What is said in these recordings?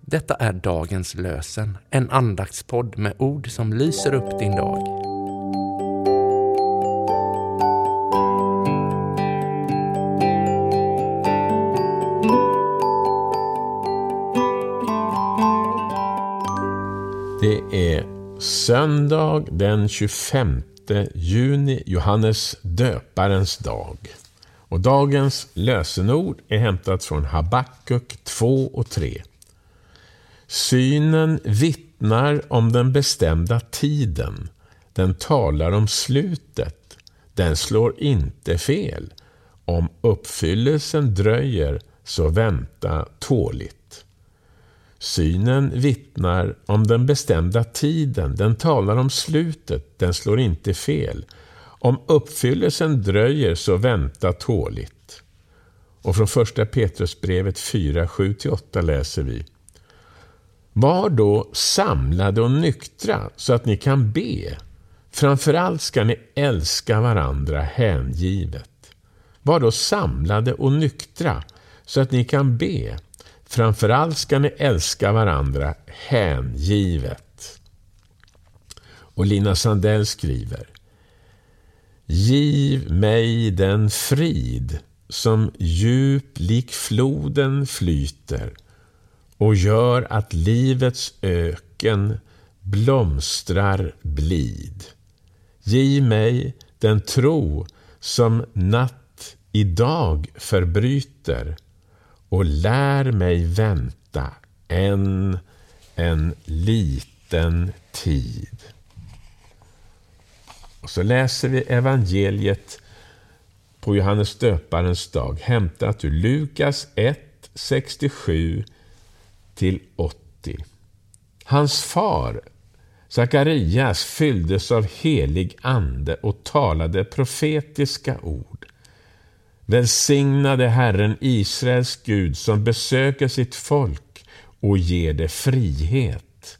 Detta är dagens lösen, en andaktspodd med ord som lyser upp din dag. Det är söndag den 25 juni, Johannes döparens dag. Och dagens lösenord är hämtat från Habakuk 2 och 3. Synen vittnar om den bestämda tiden. Den talar om slutet. Den slår inte fel. Om uppfyllelsen dröjer, så vänta tåligt. Synen vittnar om den bestämda tiden. Den talar om slutet. Den slår inte fel. Om uppfyllelsen dröjer, så vänta tåligt. Och från första Petrusbrevet 4, 7-8 läser vi: Var då samlade och nyktra så att ni kan be. Framförallt ska ni älska varandra hängivet. Var då samlade och nyktra så att ni kan be. Framförallt ska ni älska varandra hängivet. Och Lina Sandell skriver: Giv mig den frid som djup lik floden flyter och gör att livets öken blomstrar blid. Giv mig den tro som natt i dag förbryter och lär mig vänta en liten tid. Och så läser vi evangeliet på Johannes döparens dag, hämtat ur Lukas 1, 67-80. Hans far, Sakarias, fylldes av helig ande och talade profetiska ord. Välsignade Herren Israels Gud som besöker sitt folk och ger det frihet.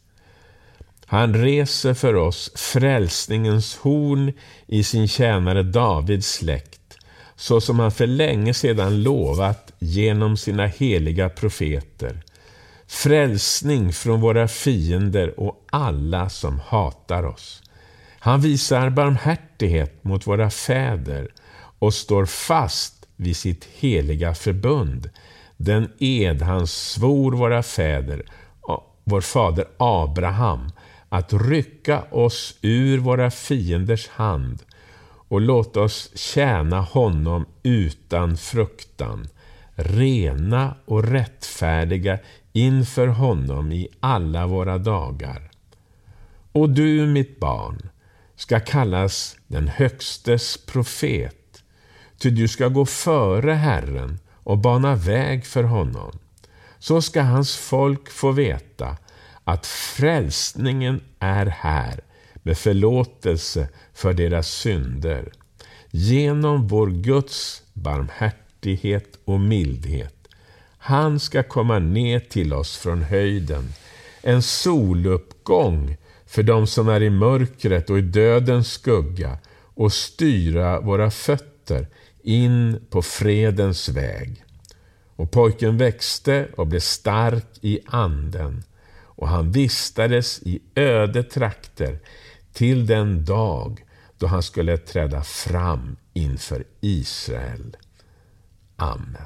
Han reser för oss frälsningens horn i sin tjänare Davids släkt, så som han för länge sedan lovat genom sina heliga profeter. Frälsning från våra fiender och alla som hatar oss. Han visar barmhärtighet mot våra fäder och står fast vid sitt heliga förbund, den ed han svor våra fäder, vår fader Abraham, att rycka oss ur våra fienders hand och låta oss tjäna honom utan fruktan, rena och rättfärdiga inför honom i alla våra dagar. Och du, mitt barn, ska kallas den högstes profet, ty du ska gå före Herren och bana väg för honom. Så ska hans folk få veta att frälsningen är här med förlåtelse för deras synder, genom vår Guds barmhärtighet och mildhet. Han ska komma ner till oss från höjden, en soluppgång för dem som är i mörkret och i dödens skugga, och styra våra fötter in på fredens väg. Och pojken växte och blev stark i anden, och han vistades i öde trakter till den dag då han skulle träda fram inför Israel. Amen.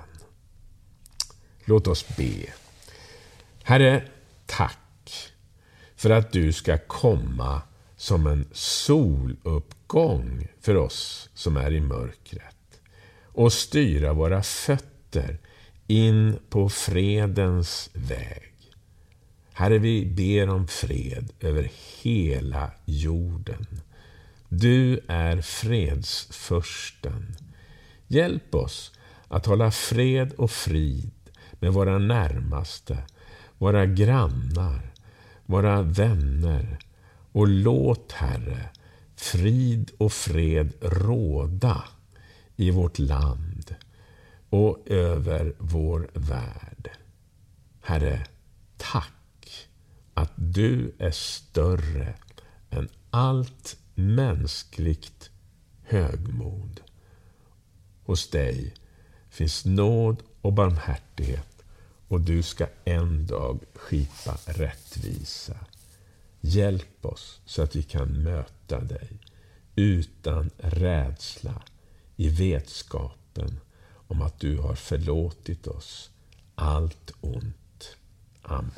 Låt oss be. Herre, tack för att du ska komma som en soluppgång för oss som är i mörkret och styra våra fötter in på fredens väg. Herre, vi ber om fred över hela jorden. Du är fredsfursten. Hjälp oss att hålla fred och frid med våra närmaste, våra grannar, våra vänner, och låt, Herre, frid och fred råda i vårt land och över vår värld. Herre, tack att du är större än allt mänskligt högmod. Hos dig finns nåd och barmhärtighet och du ska en dag skipa rättvisa. Hjälp oss så att vi kan möta dig utan rädsla, i vetskapen om att du har förlåtit oss allt ont. Amen.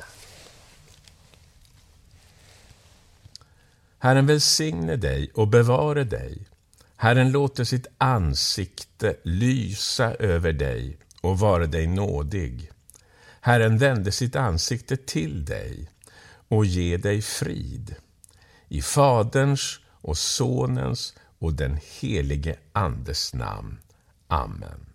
Herren välsigne dig och bevare dig. Herren låter sitt ansikte lysa över dig och vara dig nådig. Herren vände sitt ansikte till dig och ge dig frid. I Faderns och Sonens och den helige Andes namn. Amen.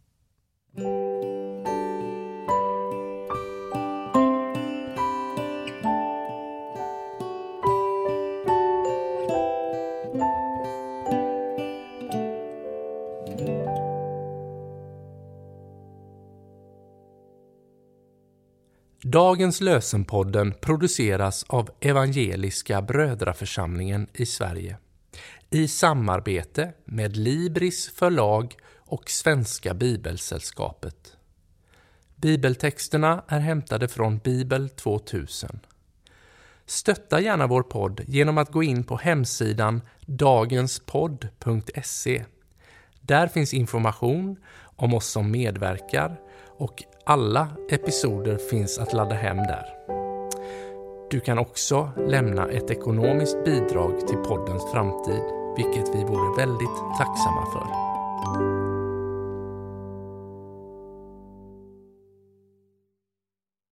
Dagens lösenpodden produceras av Evangeliska Brödraförsamlingen i Sverige i samarbete med Libris förlag och Svenska Bibelsällskapet. Bibeltexterna är hämtade från Bibel 2000. Stötta gärna vår podd genom att gå in på hemsidan dagenspodd.se. Där finns information om oss som medverkar och alla episoder finns att ladda hem där. Du kan också lämna ett ekonomiskt bidrag till poddens framtid, vilket vi vore väldigt tacksamma för.